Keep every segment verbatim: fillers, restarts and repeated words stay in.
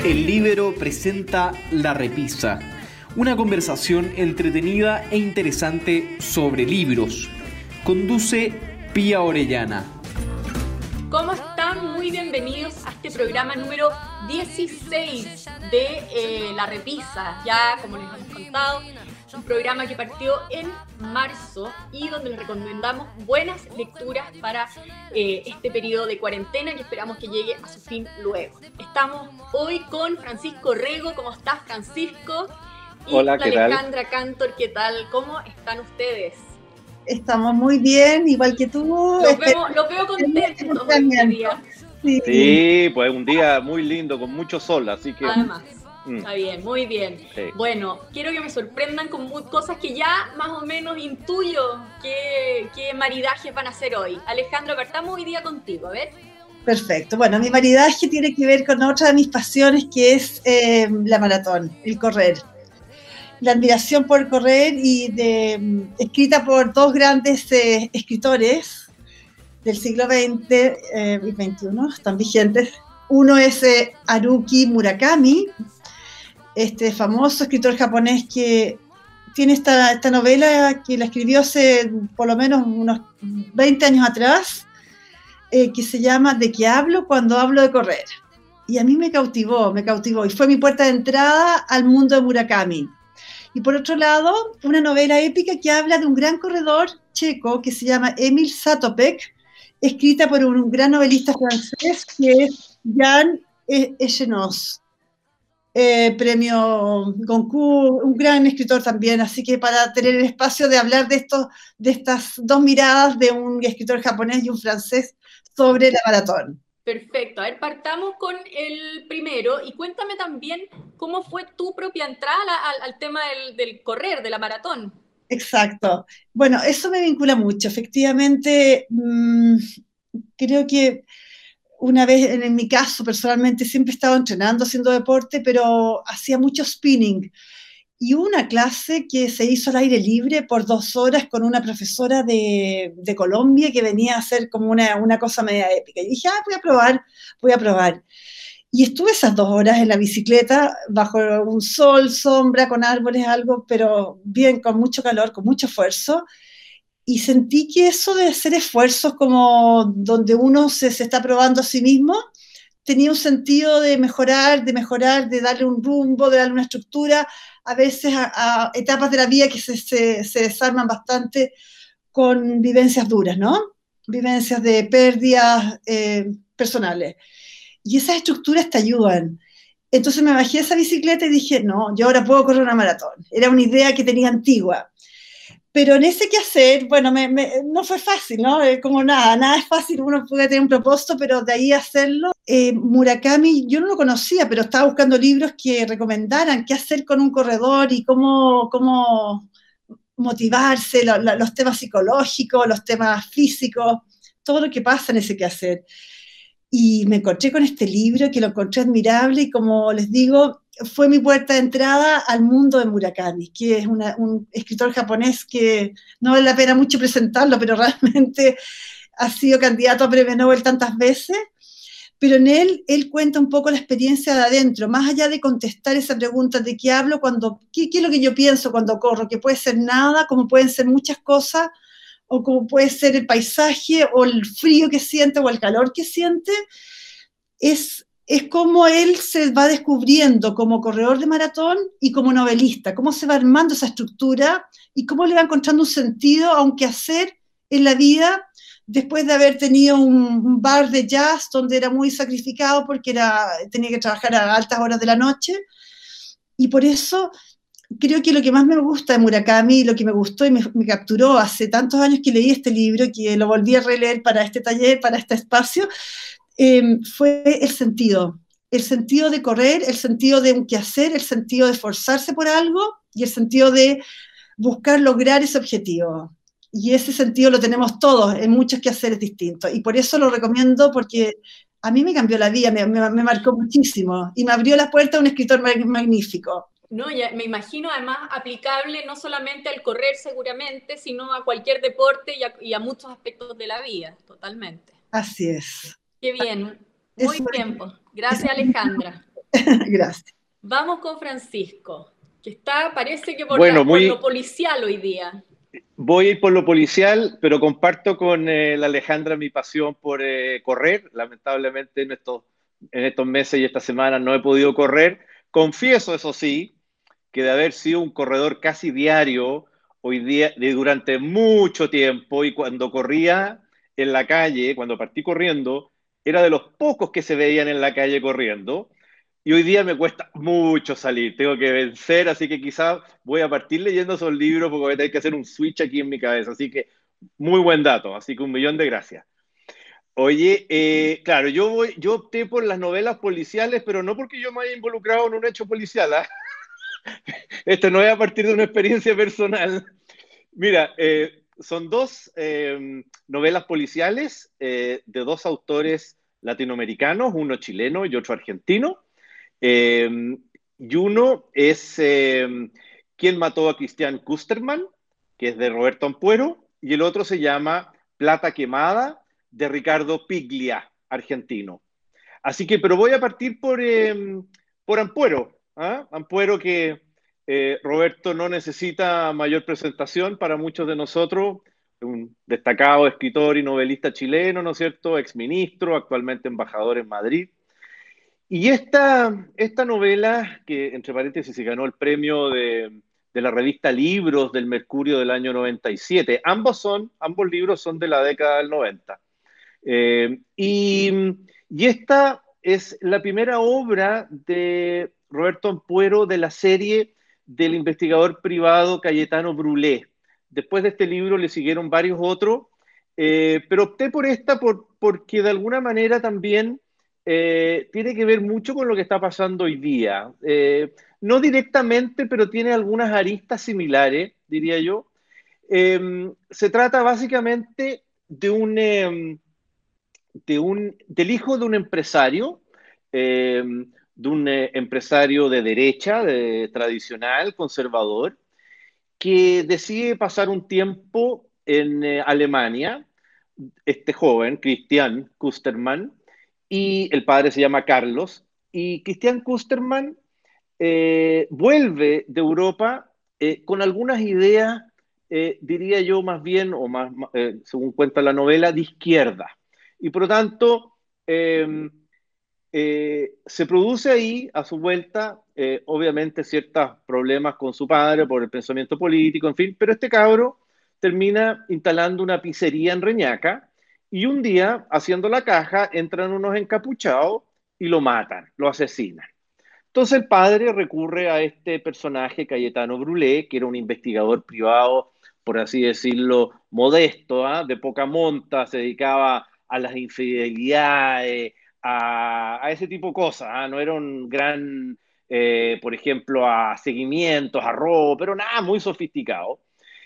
El Líbero presenta La Repisa, una conversación entretenida e interesante sobre libros. Conduce Pía Orellana. ¿Cómo están? Muy bienvenidos a este programa número dieciséis de eh, La Repisa. Ya, como les hemos contado, un programa que partió en marzo y donde les recomendamos buenas lecturas para eh, este periodo de cuarentena que esperamos que llegue a su fin luego. Estamos hoy con Francisco Rego. ¿Cómo estás, Francisco? Y Hola, ¿qué tal? Alejandra Cantor. ¿Qué tal? ¿Cómo están ustedes? Estamos muy bien, igual que tú. Los veo, los veo contentos hoy este día. Sí. Sí, pues un día muy lindo, con mucho sol, así que... Además, mm. está bien, muy bien. Sí. Bueno, quiero que me sorprendan con muy, cosas que ya más o menos intuyo qué, qué maridajes van a hacer hoy. Alejandro, partamos hoy día contigo, a ver. Perfecto. Bueno, mi maridaje tiene que ver con otra de mis pasiones, que es eh, la maratón, el correr. La admiración por correr y de, escrita por dos grandes eh, escritores del siglo veinte eh, y veintiuno, están vigentes. Uno es eh, Haruki Murakami, este famoso escritor japonés que tiene esta, esta novela que la escribió hace por lo menos unos veinte años atrás, eh, que se llama ¿De qué hablo cuando hablo de correr? Y a mí me cautivó, me cautivó, y fue mi puerta de entrada al mundo de Murakami. Y por otro lado, una novela épica que habla de un gran corredor checo que se llama Emil Zatopek, escrita por un gran novelista francés que es Jan Echenoz, eh, premio Goncourt, un gran escritor también. Así que para tener el espacio de hablar de, esto, de estas dos miradas de un escritor japonés y un francés sobre la maratón. Perfecto, a ver, partamos con el primero y cuéntame también cómo fue tu propia entrada al, al tema del, del correr, de la maratón. Exacto. Bueno, eso me vincula mucho. Efectivamente, mmm, creo que una vez, en, en mi caso, personalmente, siempre he estado entrenando, haciendo deporte, pero hacía mucho spinning. Y hubo una clase que se hizo al aire libre por dos horas con una profesora de, de Colombia que venía a hacer como una, una cosa media épica. Y dije, ah, voy a probar, voy a probar. Y estuve esas dos horas en la bicicleta, bajo un sol, sombra, con árboles, algo, pero bien, con mucho calor, con mucho esfuerzo. Y sentí que eso de hacer esfuerzos como donde uno se, se está probando a sí mismo, tenía un sentido de mejorar, de mejorar, de darle un rumbo, de darle una estructura, a veces a, a etapas de la vida que se, se, se desarman bastante con vivencias duras, ¿no? Vivencias de pérdidas eh, personales. Y esas estructuras te ayudan. Entonces me bajé de esa bicicleta y dije, no, yo ahora puedo correr una maratón. Era una idea que tenía antigua. Pero en ese quehacer, bueno, me, me, no fue fácil, ¿no? Eh, como nada, nada es fácil, uno puede tener un propósito, pero de ahí hacerlo. Eh, Murakami, yo no lo conocía, pero estaba buscando libros que recomendaran qué hacer con un corredor y cómo, cómo motivarse, lo, lo, los temas psicológicos, los temas físicos, todo lo que pasa en ese quehacer. Y me encontré con este libro que lo encontré admirable y, como les digo, fue mi puerta de entrada al mundo de Murakami, que es una, un escritor japonés que no vale la pena mucho presentarlo, pero realmente ha sido candidato a premio Nobel tantas veces. Pero en él, él cuenta un poco la experiencia de adentro, más allá de contestar esa pregunta de qué hablo, cuando, qué, qué es lo que yo pienso cuando corro, que puede ser nada, como pueden ser muchas cosas, o como puede ser el paisaje, o el frío que siente, o el calor que siente. Es, es como él se va descubriendo como corredor de maratón y como novelista, cómo se va armando esa estructura y cómo le va encontrando un sentido a un quehacer en la vida después de haber tenido un, un bar de jazz donde era muy sacrificado porque era, tenía que trabajar a altas horas de la noche. Y por eso creo que lo que más me gusta de Murakami, lo que me gustó y me, me capturó hace tantos años que leí este libro, que lo volví a releer para este taller, para este espacio, eh, fue el sentido. El sentido de correr, el sentido de un quehacer, el sentido de esforzarse por algo y el sentido de buscar lograr ese objetivo. Y ese sentido lo tenemos todos en muchos quehaceres distintos. Y por eso lo recomiendo, porque a mí me cambió la vida, me, me, me marcó muchísimo y me abrió la puerta a un escritor magnífico. No, ya me imagino además aplicable no solamente al correr seguramente, sino a cualquier deporte y a, y a muchos aspectos de la vida, totalmente. Así es. Qué bien, muy Eso, bien. Gracias, Alejandra. Gracias. Vamos con Francisco, que está, parece que por, Bueno, la, muy, por lo policial hoy día. Voy a ir por lo policial, pero comparto con eh, la Alejandra mi pasión por eh, correr. Lamentablemente en estos, en estos meses y estas semanas no he podido correr. Confieso, eso sí, que de haber sido un corredor casi diario, hoy día, de, durante mucho tiempo, y cuando corría en la calle, cuando partí corriendo, era de los pocos que se veían en la calle corriendo. Y hoy día me cuesta mucho salir, tengo que vencer, así que quizás voy a partir leyendo esos libros porque voy a tener que hacer un switch aquí en mi cabeza. Así que muy buen dato, así que un millón de gracias. Oye, eh, claro, yo, voy, yo opté por las novelas policiales, pero no porque yo me haya involucrado en un hecho policial, ¿eh? Esto no es a partir de una experiencia personal. Mira, eh, son dos eh, novelas policiales eh, de dos autores latinoamericanos, uno chileno y otro argentino. Eh, y uno es eh, ¿Quién mató a Christian Kusterman?, que es de Roberto Ampuero, y el otro se llama Plata quemada, de Ricardo Piglia, argentino. Así que, pero voy a partir por, eh, por Ampuero, ¿eh? Ampuero que eh, Roberto no necesita mayor presentación para muchos de nosotros, un destacado escritor y novelista chileno, ¿no es cierto?, exministro, actualmente embajador en Madrid. Y esta, esta novela, que entre paréntesis se ganó el premio de, de la revista Libros del Mercurio del año noventa y siete, ambos, son, ambos libros son de la década del noventa. Eh, y, y esta es la primera obra de Roberto Ampuero de la serie del investigador privado Cayetano Brulé. Después de este libro le siguieron varios otros, eh, pero opté por esta por, porque de alguna manera también eh, tiene que ver mucho con lo que está pasando hoy día. Eh, no directamente, pero tiene algunas aristas similares, diría yo. Eh, se trata básicamente de un, eh, de un, del hijo de un empresario, eh, de un eh, empresario de derecha, de, tradicional, conservador, que decide pasar un tiempo en eh, Alemania, este joven, Christian Kusterman, y el padre se llama Carlos, y Christian Kusterman eh, vuelve de Europa eh, con algunas ideas, eh, diría yo más bien, o más, eh, según cuenta la novela, de izquierda. Y por lo tanto, eh, eh, se produce ahí, a su vuelta, eh, obviamente ciertos problemas con su padre por el pensamiento político, en fin, pero este cabro termina instalando una pizzería en Reñaca y un día, haciendo la caja, entran unos encapuchados y lo matan, lo asesinan. Entonces el padre recurre a este personaje, Cayetano Brulé, que era un investigador privado, por así decirlo, modesto, ¿eh? De poca monta, se dedicaba a las infidelidades, a, a ese tipo de cosas, ¿eh? No era un gran, eh, por ejemplo, a seguimientos, a robo, pero nada, muy sofisticado.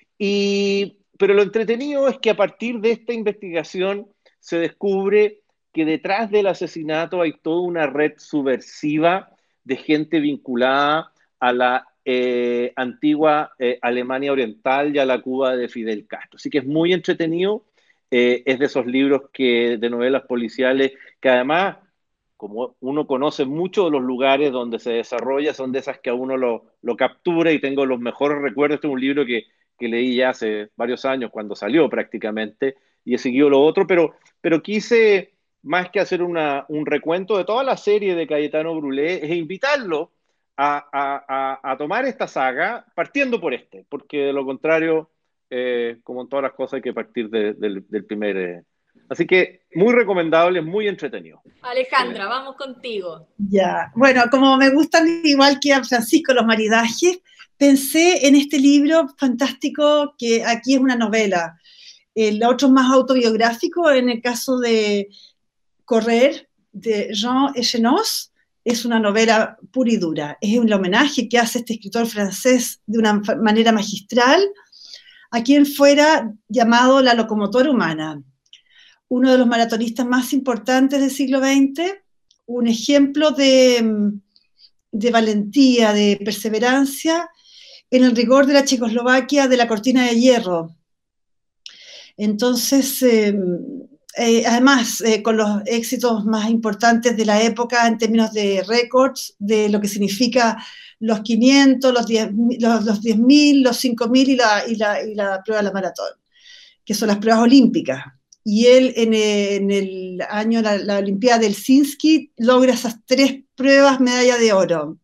Y, pero lo entretenido es que a partir de esta investigación se descubre que detrás del asesinato hay toda una red subversiva de gente vinculada a la eh, antigua eh, Alemania Oriental y a la Cuba de Fidel Castro. Así que es muy entretenido, eh, es de esos libros que, de novelas policiales que además, como uno conoce mucho de los lugares donde se desarrolla, son de esas que a uno lo, lo captura, y tengo los mejores recuerdos. Este es un libro que, que leí ya hace varios años, cuando salió prácticamente, y he seguido lo otro, pero, pero quise, más que hacer una, un recuento de toda la serie de Cayetano Brulé, es invitarlo a, a, a, a tomar esta saga partiendo por este, porque de lo contrario, eh, como en todas las cosas, hay que partir de, de, del primer... Eh. Así que muy recomendable, muy entretenido. Alejandra, eh. vamos contigo. Ya, bueno, como me gustan igual que a Francisco los maridajes, pensé en este libro fantástico, que aquí es una novela. El otro es más autobiográfico, en el caso de Correr, de Jean Echenoz, es una novela pura y dura. Es un homenaje que hace este escritor francés de una manera magistral a quien fuera llamado la locomotora humana, uno de los maratonistas más importantes del siglo veinte, un ejemplo de, de valentía, de perseverancia en el rigor de la Checoslovaquia de la cortina de hierro. Entonces, eh, eh, además eh, con los éxitos más importantes de la época en términos de récords, de lo que significa los quinientos, los diez mil, los, los, diez mil, los cinco mil y la, y, la, y la prueba de la maratón, que son las pruebas olímpicas. Y él en, en el año, la, la Olimpiada de Helsinki, logra esas tres pruebas medalla de oro.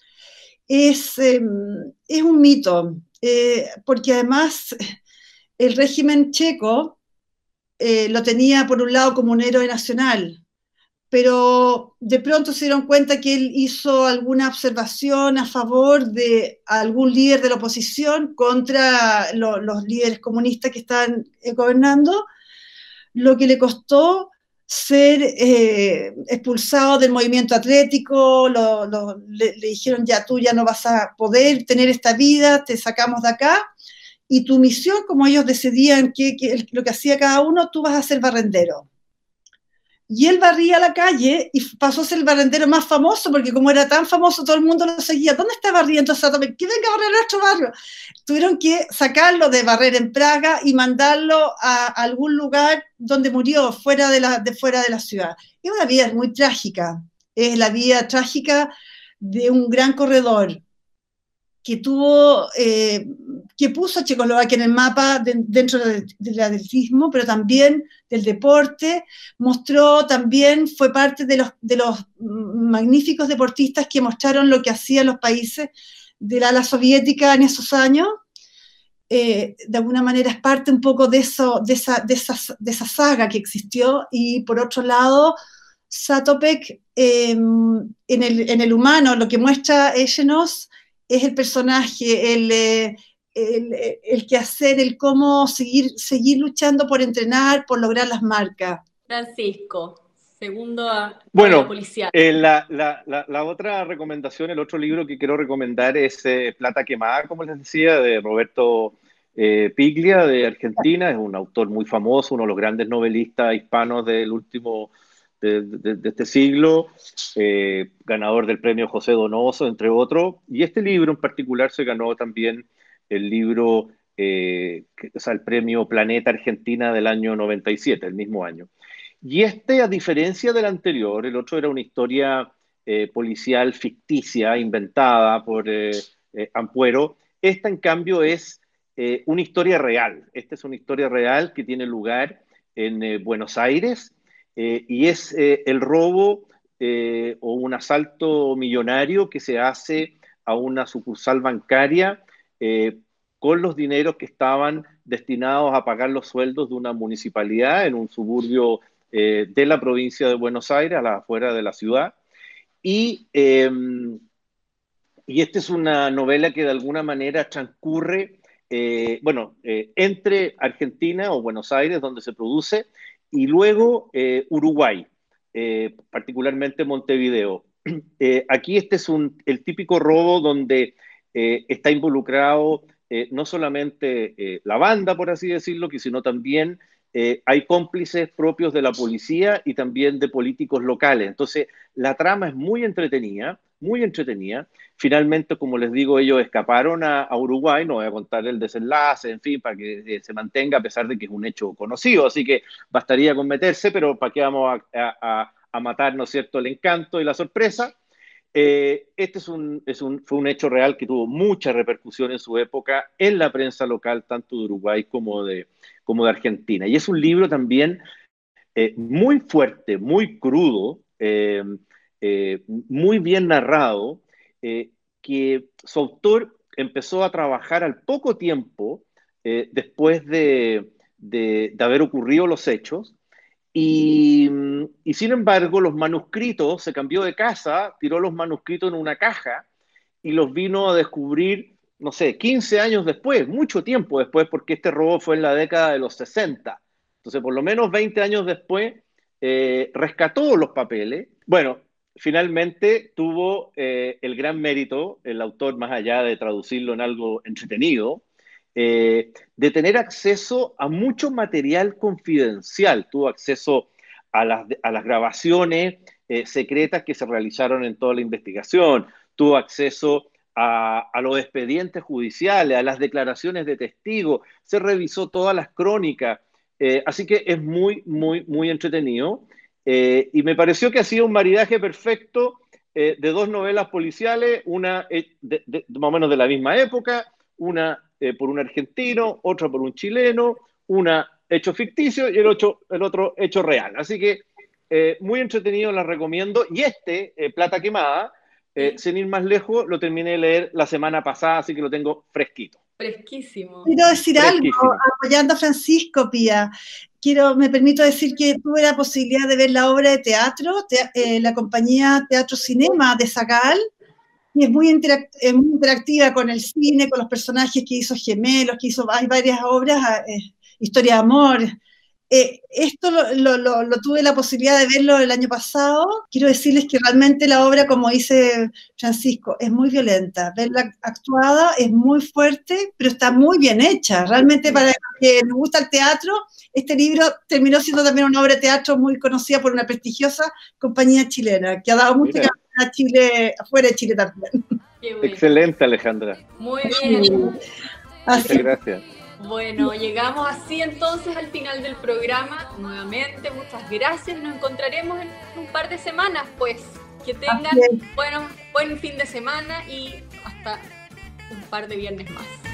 Es, eh, es un mito, eh, porque además el régimen checo eh, lo tenía por un lado como un héroe nacional, pero de pronto se dieron cuenta que él hizo alguna observación a favor de algún líder de la oposición contra lo, los líderes comunistas que estaban eh, gobernando, lo que le costó ser eh, expulsado del movimiento atlético, lo, lo, le, le dijeron ya tú ya no vas a poder tener esta vida, te sacamos de acá, y tu misión, como ellos decidían que, que lo que hacía cada uno, tú vas a ser barrendero. Y él barría la calle y pasó a ser el barrendero más famoso, porque como era tan famoso, todo el mundo lo seguía. ¿Dónde está barriendo Satope? Que venga a barrer nuestro barrio. Tuvieron que sacarlo de barrer en Praga y mandarlo a algún lugar donde murió, fuera de la, de fuera de la ciudad. Es una vida muy trágica. Es la vida trágica de un gran corredor que tuvo, eh, que puso a Checoslovaquia en el mapa de, dentro de, del atletismo, pero también del deporte, mostró también, fue parte de los, de los magníficos deportistas que mostraron lo que hacían los países de la ala soviética en esos años. Eh, de alguna manera es parte un poco de, eso, de, esa, de, esa, de esa saga que existió, y por otro lado, Zatopek, eh, en, el, en el humano, lo que muestra Echenós, es el personaje, el, el, el que hacer, el cómo seguir, seguir luchando por entrenar, por lograr las marcas. Francisco, segundo a, bueno, a la policía. Eh, la, la, la, la otra recomendación, el otro libro que quiero recomendar es eh, Plata Quemada, como les decía, de Roberto eh, Piglia, de Argentina. Es un autor muy famoso, uno de los grandes novelistas hispanos del último De, de, de este siglo, eh, ganador del premio José Donoso, entre otros, y este libro en particular se ganó también el libro, eh, que, o sea, el premio Planeta Argentina del año noventa y siete, el mismo año. Y este, a diferencia del anterior, el otro era una historia eh, policial ficticia, inventada por eh, eh, Ampuero, esta en cambio es eh, una historia real. Esta es una historia real que tiene lugar en eh, Buenos Aires, Eh, y es eh, el robo eh, o un asalto millonario que se hace a una sucursal bancaria eh, con los dineros que estaban destinados a pagar los sueldos de una municipalidad en un suburbio eh, de la provincia de Buenos Aires, a las afueras de la ciudad. Y, eh, y esta es una novela que de alguna manera transcurre, eh, bueno, eh, entre Argentina o Buenos Aires, donde se produce, y luego eh, Uruguay, eh, particularmente Montevideo. Eh, aquí este es un, el típico robo donde eh, está involucrado eh, no solamente eh, la banda, por así decirlo, sino también eh, hay cómplices propios de la policía y también de políticos locales. Entonces, la trama es muy entretenida, muy entretenida. Finalmente, como les digo, ellos escaparon a, a Uruguay, no voy a contar el desenlace, en fin, para que eh, se mantenga, a pesar de que es un hecho conocido, así que bastaría con meterse, pero ¿para qué vamos a, a, a matar, ¿no es cierto?, el encanto y la sorpresa. Eh, este es un, es un, fue un hecho real que tuvo mucha repercusión en su época en la prensa local, tanto de Uruguay como de, como de Argentina. Y es un libro también eh, muy fuerte, muy crudo, eh, eh, muy bien narrado, eh, que su autor empezó a trabajar al poco tiempo eh, después de, de, de haber ocurrido los hechos. Y, y sin embargo, los manuscritos, se cambió de casa, tiró los manuscritos en una caja y los vino a descubrir, no sé, quince años después, mucho tiempo después, porque este robo fue en la década de los sesenta. Entonces, por lo menos veinte años después, eh, rescató los papeles. Bueno, finalmente tuvo eh, el gran mérito, el autor, más allá de traducirlo en algo entretenido, Eh, de tener acceso a mucho material confidencial. Tuvo acceso a las, a las grabaciones eh, secretas que se realizaron en toda la investigación, tuvo acceso a, a los expedientes judiciales, a las declaraciones de testigos, se revisó todas las crónicas Eh, así que es muy, muy, muy entretenido. Eh, y me pareció que ha sido un maridaje perfecto eh, de dos novelas policiales, una eh, de, de, más o menos de la misma época, una eh, por un argentino, otra por un chileno, una hecho ficticio y el otro, el otro hecho real. Así que eh, muy entretenido, las recomiendo. Y este, eh, Plata Quemada, eh, sin ir más lejos, lo terminé de leer la semana pasada, así que lo tengo fresquito. Fresquísimo. Quiero decir algo, apoyando a Francisco, Pía. Quiero, me permito decir que tuve la posibilidad de ver la obra de teatro, te, eh, la compañía Teatro Cinema de Sagal, y es muy, interact, es muy interactiva con el cine, con los personajes que hizo Gemelos, que hizo, hay varias obras, eh, Historia de Amor. Eh, esto lo, lo, lo, lo tuve la posibilidad de verlo el año pasado. Quiero decirles que realmente la obra, como dice Francisco, es muy violenta. Verla actuada es muy fuerte, pero está muy bien hecha. Realmente, para los que nos gusta el teatro, este libro terminó siendo también una obra de teatro muy conocida por una prestigiosa compañía chilena, que ha dado mucha a Chile, afuera de Chile también. Bueno. Excelente, Alejandra. Muy bien. Así. Muchas gracias. Bueno, llegamos así entonces al final del programa. Nuevamente, muchas gracias. Nos encontraremos en un par de semanas, pues. Que tengan bueno, buen fin de semana y hasta un par de viernes más.